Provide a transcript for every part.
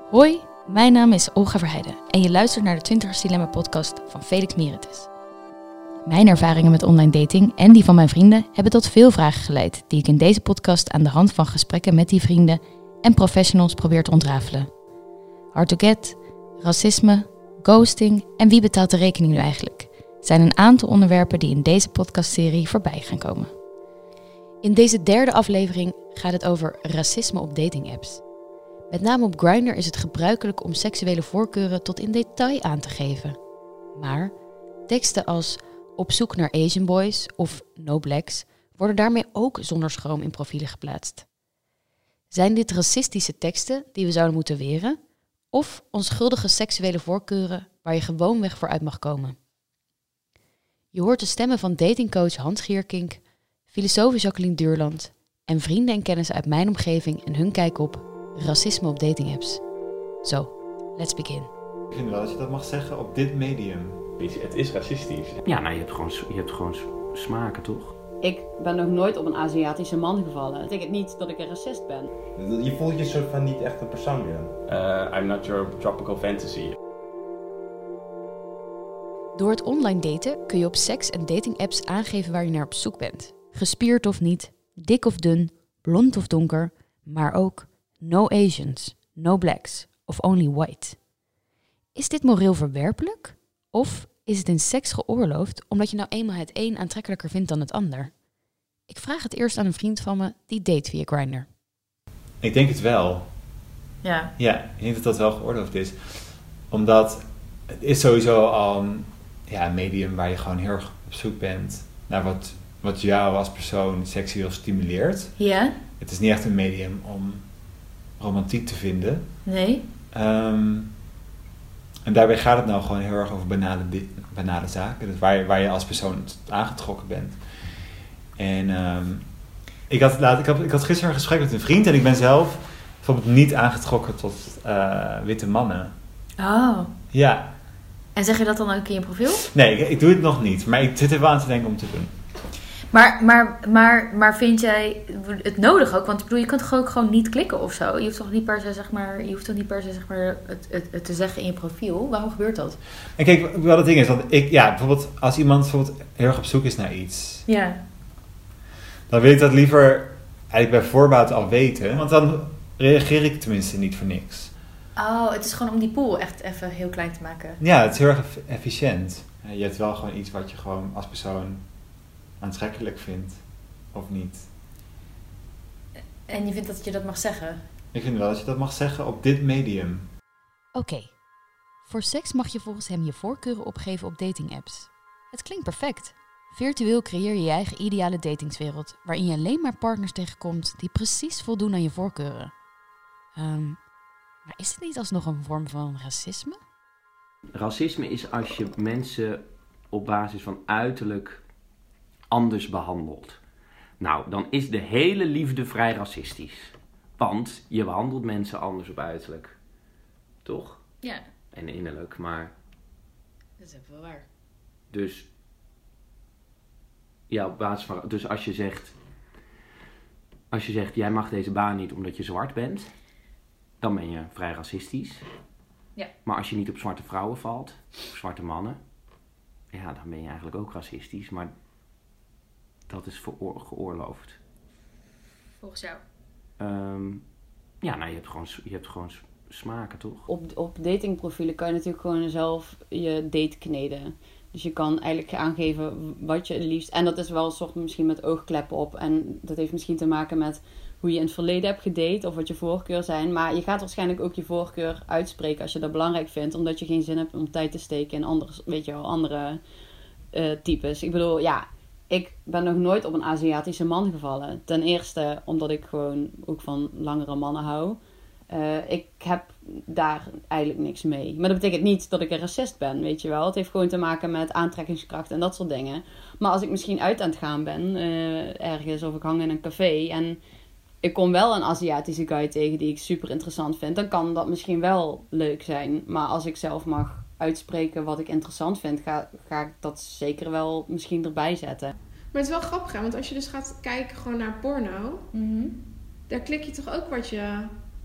Hoi, mijn naam is Olga Verheijden en je luistert naar de 20ers Dilemma podcast van Felix Meritis. Mijn ervaringen met online dating en die van mijn vrienden hebben tot veel vragen geleid die ik in deze podcast aan de hand van gesprekken met die vrienden en professionals probeer te ontrafelen. Hard to get, racisme, ghosting en wie betaalt de rekening nu eigenlijk zijn een aantal onderwerpen die in deze podcastserie voorbij gaan komen. In deze derde aflevering gaat het over racisme op datingapps. Met name op Grindr is het gebruikelijk om seksuele voorkeuren tot in detail aan te geven. Maar teksten als op zoek naar Asian boys of no blacks worden daarmee ook zonder schroom in profielen geplaatst. Zijn dit racistische teksten die we zouden moeten weren? Of onschuldige seksuele voorkeuren waar je gewoonweg voor uit mag komen? Je hoort de stemmen van datingcoach Hans Gierkink, filosoof Jacqueline Duurland en vrienden en kennissen uit mijn omgeving en hun kijk op racisme op datingapps. Zo, let's begin. Ik vind wel dat je dat mag zeggen op dit medium. Het is racistisch. Ja, nou, je hebt gewoon smaken, toch? Ik ben nog nooit op een Aziatische man gevallen. Dat betekent niet dat ik een racist ben. Je voelt je soort van niet echt een persoon meer. I'm not your tropical fantasy. Door het online daten kun je op seks- en datingapps aangeven waar je naar op zoek bent. Gespierd of niet, dik of dun, blond of donker, maar ook no Asians, no blacks of only white. Is dit moreel verwerpelijk? Of is het in seks geoorloofd omdat je nou eenmaal het een aantrekkelijker vindt dan het ander? Ik vraag het eerst aan een vriend van me die date via Grindr. Ik denk het wel. Ja. Ja, ik denk dat dat wel geoorloofd is. Omdat het is sowieso al een medium waar je gewoon heel erg op zoek bent naar wat jou als persoon seksueel stimuleert. Ja? Het is niet echt een medium om romantiek te vinden. Nee? En daarbij gaat het nou gewoon heel erg over banale zaken. Dus waar je als persoon aangetrokken bent. En ik had gisteren een gesprek met een vriend. En ik ben zelf bijvoorbeeld niet aangetrokken tot witte mannen. Oh. Ja. En zeg je dat dan ook in je profiel? Nee, ik doe het nog niet. Maar ik zit er wel aan te denken om te doen. Maar vind jij het nodig ook? Want ik bedoel, je kunt toch ook gewoon niet klikken of zo? Je hoeft toch niet per se het te zeggen in je profiel? Waarom gebeurt dat? En kijk, wat het ding is, want bijvoorbeeld als iemand bijvoorbeeld heel erg op zoek is naar iets, Ja. dan wil ik dat liever eigenlijk bij voorbaat al weten. Want dan reageer ik tenminste niet voor niks. Oh, het is gewoon om die pool echt even heel klein te maken. Ja, het is heel erg efficiënt. Je hebt wel gewoon iets wat je gewoon als persoon aantrekkelijk vindt, of niet. En je vindt dat je dat mag zeggen? Ik vind wel dat je dat mag zeggen op dit medium. Oké. Voor seks mag je volgens hem je voorkeuren opgeven op datingapps. Het klinkt perfect. Virtueel creëer je je eigen ideale datingswereld, waarin je alleen maar partners tegenkomt die precies voldoen aan je voorkeuren. Maar is het niet alsnog een vorm van racisme? Racisme is als je mensen op basis van uiterlijk anders behandelt. Nou, dan is de hele liefde vrij racistisch. Want je behandelt mensen anders op uiterlijk. Toch? Ja. En innerlijk, maar... Dat is ook wel waar. Dus... Ja, op basis van... Dus als je zegt, jij mag deze baan niet omdat je zwart bent, dan ben je vrij racistisch. Ja. Maar als je niet op zwarte vrouwen valt, of zwarte mannen, ja, dan ben je eigenlijk ook racistisch. Maar dat is geoorloofd. Volgens jou? Ja, nou, je hebt gewoon smaken, toch? Op datingprofielen kan je natuurlijk gewoon zelf je date kneden. Dus je kan eigenlijk aangeven wat je het liefst... En dat is wel een soort misschien met oogkleppen op. En dat heeft misschien te maken met hoe je in het verleden hebt gedate of wat je voorkeur zijn. Maar je gaat waarschijnlijk ook je voorkeur uitspreken als je dat belangrijk vindt. Omdat je geen zin hebt om tijd te steken in andere types. Ik bedoel, ja, ik ben nog nooit op een Aziatische man gevallen. Ten eerste omdat ik gewoon ook van langere mannen hou. Ik heb daar eigenlijk niks mee. Maar dat betekent niet dat ik een racist ben, weet je wel. Het heeft gewoon te maken met aantrekkingskracht en dat soort dingen. Maar als ik misschien uit aan het gaan ben, ergens, of ik hang in een café en ik kom wel een Aziatische guy tegen die ik super interessant vind, dan kan dat misschien wel leuk zijn. Maar als ik zelf mag uitspreken wat ik interessant vind, ga ik dat zeker wel misschien erbij zetten. Maar het is wel grappig, hè? Want als je dus gaat kijken gewoon naar porno, daar klik je toch ook wat je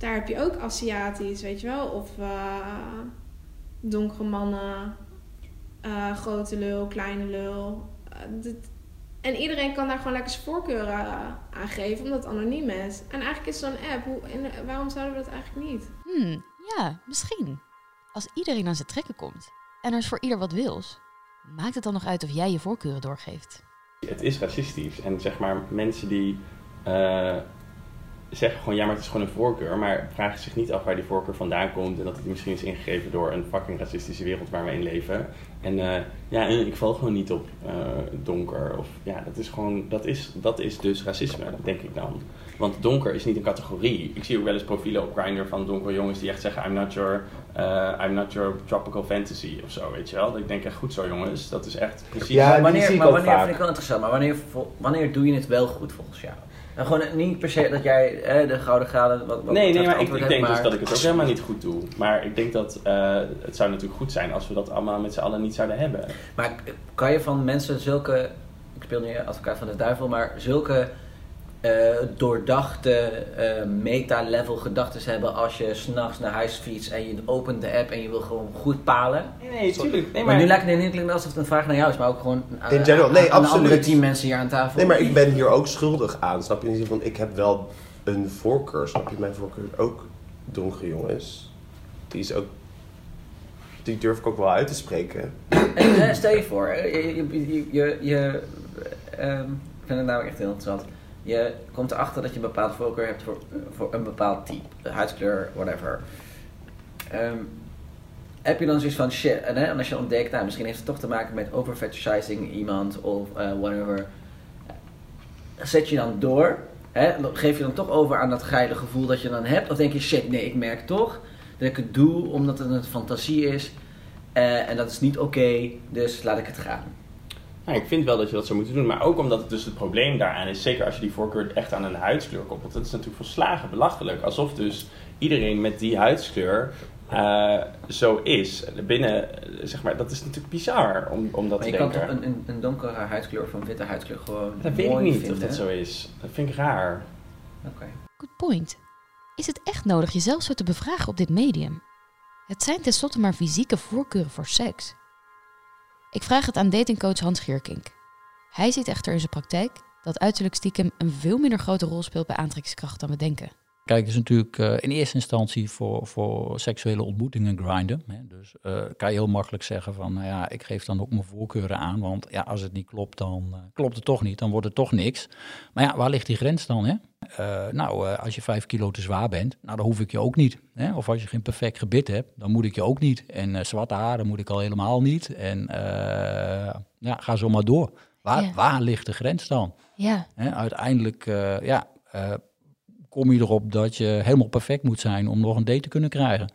daar heb je ook Aziatisch, weet je wel. Of donkere mannen, grote lul, kleine lul. En iedereen kan daar gewoon lekker zijn voorkeuren aan geven, omdat het anoniem is. En eigenlijk is zo'n app, waarom zouden we dat eigenlijk niet? Ja, misschien. Als iedereen aan zijn trekken komt en er is voor ieder wat wils, maakt het dan nog uit of jij je voorkeuren doorgeeft? Het is racistisch. En zeg maar, mensen die zeggen gewoon, ja, maar het is gewoon een voorkeur. Maar vragen zich niet af waar die voorkeur vandaan komt. En dat het misschien is ingegeven door een fucking racistische wereld waar we in leven. En ik val gewoon niet op donker. Of ja, dat is gewoon, dat is dus racisme, denk ik dan. Want donker is niet een categorie. Ik zie ook wel eens profielen op Grindr van donkere jongens die echt zeggen, I'm not your tropical fantasy of zo, weet je wel. Ik denk echt, goed zo jongens, dat is echt precies... Ja, maar wanneer vind ik wel interessant, maar wanneer doe je het wel goed volgens jou? En gewoon niet per se dat jij de gouden graden... Nee, maar ik denk dus dat ik het ook helemaal niet goed doe. Maar ik denk dat het zou natuurlijk goed zijn als we dat allemaal met z'n allen niet zouden hebben. Maar kan je van mensen zulke... Ik speel nu advocaat van de duivel, maar zulke doordachte meta-level gedachten hebben als je 's nachts naar huis fietst en je opent de app en je wil gewoon goed palen? Nee, tuurlijk. Nee, maar nu lijkt het niet alsof het een vraag naar jou is, maar ook gewoon in general. Nee, aan absoluut. andere 10 mensen hier aan tafel. Nee, maar ik ben hier ook schuldig aan, snap je? In de zin van, ik heb wel een voorkeur, snap je? Mijn voorkeur is ook donkere jongens. Die durf ik ook wel uit te spreken. En stel je voor, ik vind het nou echt heel interessant. Je komt erachter dat je een bepaalde voorkeur hebt voor een bepaald type, huidskleur, whatever. Heb je dan zoiets van shit, en als je ontdekt, nou, misschien heeft het toch te maken met overfetishizing iemand of whatever. Zet je dan door? Geef je dan toch over aan dat geile gevoel dat je dan hebt? Of denk je shit, nee, ik merk toch dat ik het doe omdat het een fantasie is en dat is niet oké, dus laat ik het gaan. Nou, ik vind wel dat je dat zou moeten doen, maar ook omdat het dus het probleem daaraan is, zeker als je die voorkeur echt aan een huidskleur koppelt, dat is natuurlijk volslagen belachelijk. Alsof dus iedereen met die huidskleur zo is. Binnen, zeg maar, dat is natuurlijk bizar om dat te denken. Maar je kan toch een donkere huidskleur of een witte huidskleur gewoon dat weet ik mooi niet vinden? of dat zo is. Dat vind ik raar. Oké. Good point. Is het echt nodig jezelf zo te bevragen op dit medium? Het zijn tenslotte maar fysieke voorkeuren voor seks. Ik vraag het aan datingcoach Hans Geerkink. Hij ziet echter in zijn praktijk dat uiterlijk stiekem een veel minder grote rol speelt bij aantrekkingskracht dan we denken. Kijk, het is natuurlijk in eerste instantie voor seksuele ontmoetingen grinden. Dus kan je heel makkelijk zeggen van, nou ja, ik geef dan ook mijn voorkeuren aan. Want ja, als het niet klopt, dan klopt het toch niet. Dan wordt het toch niks. Maar ja, waar ligt die grens dan? Hè? Als je 5 kilo te zwaar bent, nou, dan hoef ik je ook niet. Hè? Of als je geen perfect gebit hebt, dan moet ik je ook niet. En zwarte haren moet ik al helemaal niet. En ga zo maar door. Waar ligt de grens dan? Ja. Uiteindelijk, kom je erop dat je helemaal perfect moet zijn om nog een date te kunnen krijgen.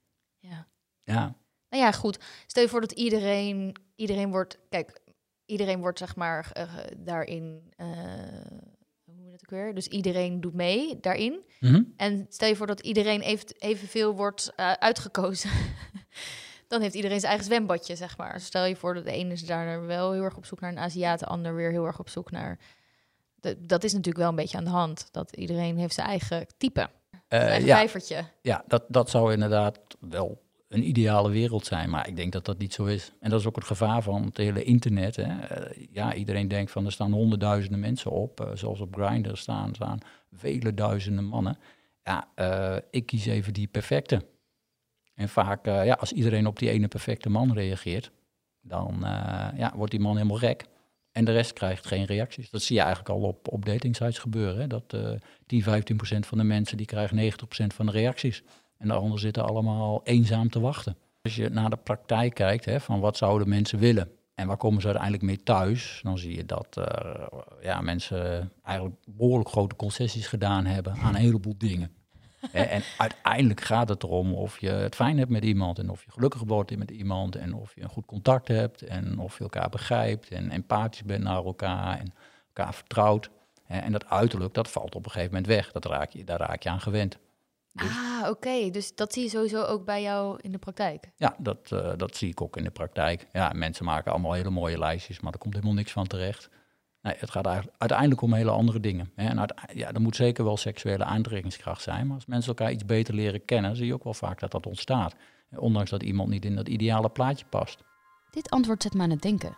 Ja. Nou ja, goed. Stel je voor dat iedereen wordt zeg maar daarin, hoe moet het ook weer? Dus iedereen doet mee daarin. Mm-hmm. En stel je voor dat iedereen evenveel wordt uitgekozen. Dan heeft iedereen zijn eigen zwembadje, zeg maar. Stel je voor dat de ene is daar wel heel erg op zoek naar een Aziat, de ander weer heel erg op zoek naar... Dat is natuurlijk wel een beetje aan de hand. Dat iedereen heeft zijn eigen type. Zijn eigen vijvertje. Ja, dat zou inderdaad wel een ideale wereld zijn. Maar ik denk dat dat niet zo is. En dat is ook het gevaar van het hele internet. Hè. Iedereen denkt van er staan honderdduizenden mensen op. Zoals op Grindr staan vele duizenden mannen. Ja, ik kies even die perfecte. En vaak, als iedereen op die ene perfecte man reageert... dan wordt die man helemaal gek. En de rest krijgt geen reacties. Dat zie je eigenlijk al op datingsites gebeuren. Hè? Dat 10-15% van de mensen die krijgen 90% van de reacties. En de anderen zitten allemaal eenzaam te wachten. Als je naar de praktijk kijkt, hè, van wat zouden mensen willen... en waar komen ze uiteindelijk mee thuis... dan zie je dat mensen eigenlijk behoorlijk grote concessies gedaan hebben... aan een heleboel dingen. En uiteindelijk gaat het erom of je het fijn hebt met iemand... en of je gelukkig wordt met iemand... en of je een goed contact hebt... en of je elkaar begrijpt... en empathisch bent naar elkaar... en elkaar vertrouwt. En dat uiterlijk, dat valt op een gegeven moment weg. Daar raak je aan gewend. Dus... oké. Dus dat zie je sowieso ook bij jou in de praktijk? Ja, dat zie ik ook in de praktijk. Ja, mensen maken allemaal hele mooie lijstjes... maar er komt helemaal niks van terecht. Nee, het gaat uiteindelijk om hele andere dingen. Hè? En er moet zeker wel seksuele aantrekkingskracht zijn. Maar als mensen elkaar iets beter leren kennen, zie je ook wel vaak dat dat ontstaat. Ondanks dat iemand niet in dat ideale plaatje past. Dit antwoord zet me aan het denken.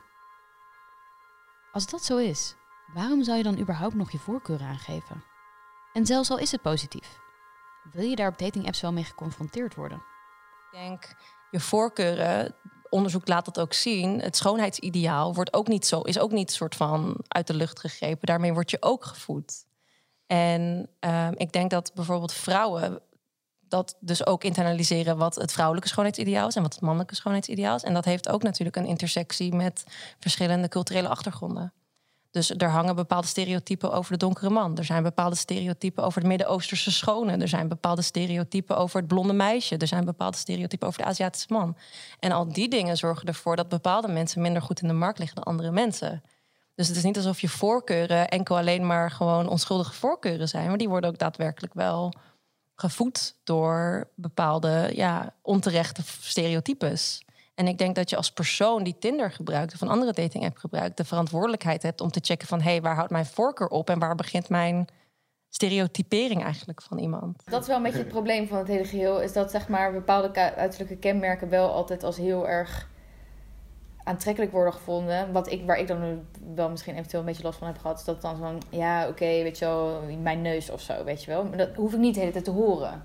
Als dat zo is, waarom zou je dan überhaupt nog je voorkeuren aangeven? En zelfs al is het positief, wil je daar op datingapps wel mee geconfronteerd worden? Ik denk, je voorkeuren, onderzoek laat dat ook zien. Het schoonheidsideaal is ook niet soort van uit de lucht gegrepen. Daarmee word je ook gevoed. En ik denk dat bijvoorbeeld vrouwen dat dus ook internaliseren wat het vrouwelijke schoonheidsideaal is en wat het mannelijke schoonheidsideaal is. En dat heeft ook natuurlijk een intersectie met verschillende culturele achtergronden. Dus er hangen bepaalde stereotypen over de donkere man. Er zijn bepaalde stereotypen over de Midden-Oosterse schone. Er zijn bepaalde stereotypen over het blonde meisje. Er zijn bepaalde stereotypen over de Aziatische man. En al die dingen zorgen ervoor dat bepaalde mensen minder goed in de markt liggen dan andere mensen. Dus het is niet alsof je voorkeuren enkel alleen maar gewoon onschuldige voorkeuren zijn. Maar die worden ook daadwerkelijk wel gevoed door bepaalde onterechte stereotypes. En ik denk dat je als persoon die Tinder gebruikt of een andere dating-app gebruikt, de verantwoordelijkheid hebt om te checken van waar houdt mijn voorkeur op en waar begint mijn stereotypering eigenlijk van iemand. Dat is wel een beetje het probleem van het hele geheel, is dat zeg maar bepaalde uiterlijke kenmerken wel altijd als heel erg aantrekkelijk worden gevonden. Waar ik dan wel misschien eventueel een beetje last van heb gehad, is dat dan zo'n, weet je wel, mijn neus of zo, weet je wel. Maar dat hoef ik niet de hele tijd te horen.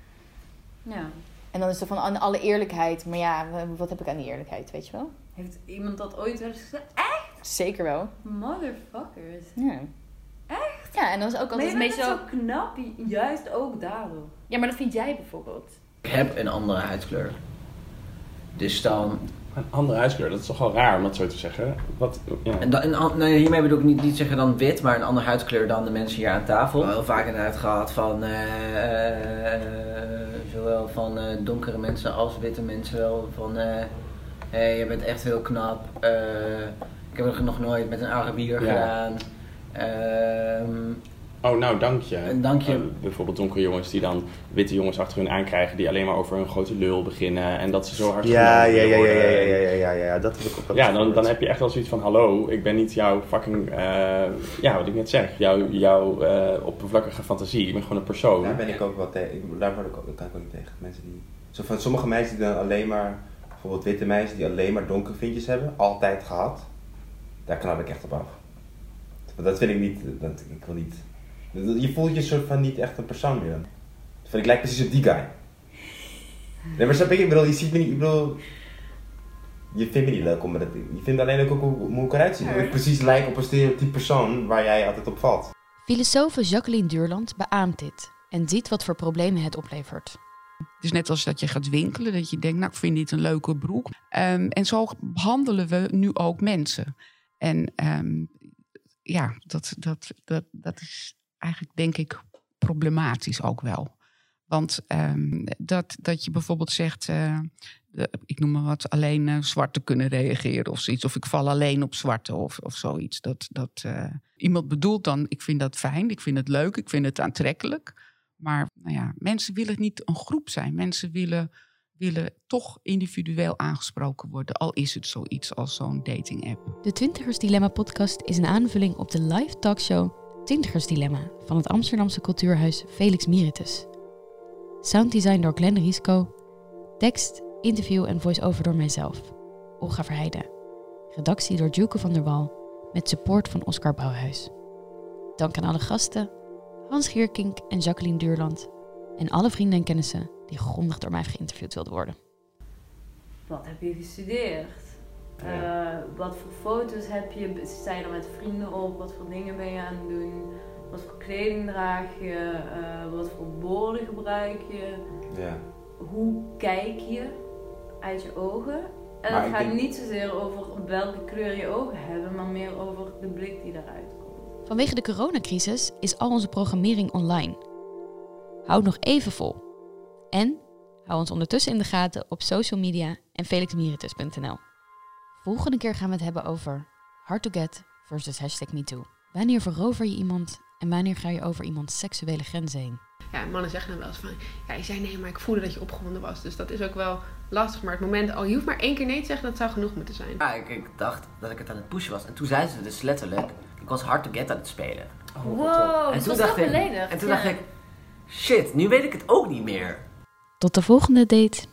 Ja. En dan is er van aan alle eerlijkheid, maar wat heb ik aan die eerlijkheid, weet je wel? Heeft iemand dat ooit wel eens gezegd? Echt? Zeker wel. Motherfuckers. Ja. Echt? Ja, en dan is ook altijd een beetje zo knap, juist ook daardoor. Ja, maar dat vind jij bijvoorbeeld. Ik heb een andere huidskleur. Dus dan... Een andere huidskleur, dat is toch wel raar om dat zo te zeggen? Hiermee bedoel ik niet zeggen dan wit, maar een andere huidskleur dan de mensen hier aan tafel. Heel vaak inderdaad gehad van zowel van donkere mensen als witte mensen wel van je bent echt heel knap. Ik heb het nog nooit met een Arabier gedaan. Dank je. Dank je. Bijvoorbeeld donkere jongens die dan witte jongens achter hun aankrijgen die alleen maar over hun grote lul beginnen en dat ze zo hard Ja, dat heb ik ook wel. Ja, dan heb je echt wel zoiets van hallo, ik ben niet jouw fucking, wat ik net zeg, jouw oppervlakkige fantasie. Ik ben gewoon een persoon. Daar ben ik ook wel tegen. Daar kan ik ook niet tegen. Mensen die, zo van sommige meisjes die dan alleen maar, bijvoorbeeld witte meisjes die alleen maar donkere vriendjes hebben, altijd gehad. Daar knap ik echt op af. Want dat vind ik niet, ik wil niet. Je voelt je soort van niet echt een persoon meer. Ik lijk precies op die guy. Nee, maar snap ik? Ik bedoel, je ziet me niet, je vindt me niet leuk, je vindt alleen leuk ook hoe ik eruit zie. Dat ik precies lijk op een stereotype persoon waar jij altijd op valt. Filosofe Jacqueline Duurland beaamt dit en ziet wat voor problemen het oplevert. Het is net als dat je gaat winkelen, dat je denkt, ik vind dit een leuke broek. En zo behandelen we nu ook mensen. En dat is eigenlijk, denk ik, problematisch ook wel. Want dat je bijvoorbeeld zegt, ik noem maar wat, alleen zwarte kunnen reageren of zoiets. Of ik val alleen op zwarte of zoiets. Dat iemand bedoelt dan, ik vind dat fijn, ik vind het leuk, ik vind het aantrekkelijk. Maar mensen willen niet een groep zijn. Mensen willen toch individueel aangesproken worden, al is het zoiets als zo'n dating app. De Twintigers Dilemma podcast is een aanvulling op de live talkshow Twintigers Dilemma van het Amsterdamse cultuurhuis Felix Meritus. Sounddesign door Glenn Risco. Tekst, interview en voice-over door mijzelf, Olga Verheijden. Redactie door Djoeke van der Wal, met support van Oscar Bouwhuis. Dank aan alle gasten, Hans Gierkink en Jacqueline Duurland. En alle vrienden en kennissen die grondig door mij geïnterviewd wilden worden. Wat heb je gestudeerd? Wat voor foto's heb je? Sta je er met vrienden op? Wat voor dingen ben je aan het doen? Wat voor kleding draag je? Wat voor woorden gebruik je? Ja. Hoe kijk je uit je ogen? En het gaat niet zozeer over welke kleur je ogen hebben, maar meer over de blik die eruit komt. Vanwege de coronacrisis is al onze programmering online. Houd nog even vol. En hou ons ondertussen in de gaten op social media en felixmeritus.nl. Volgende keer gaan we het hebben over hard to get versus #MeToo. Wanneer verover je iemand en wanneer ga je over iemands seksuele grenzen heen? Ja, mannen zeggen dan wel eens van, je zei nee, maar ik voelde dat je opgewonden was. Dus dat is ook wel lastig. Maar het moment, je hoeft maar 1 keer nee te zeggen, dat zou genoeg moeten zijn. Ja, ik dacht dat ik het aan het pushen was. En toen zei ze dus letterlijk, ik Ik was Hard to Get aan het spelen. Wow, dat was toch beledigd. En toen dacht ik, shit, nu weet ik het ook niet meer. Tot de volgende date.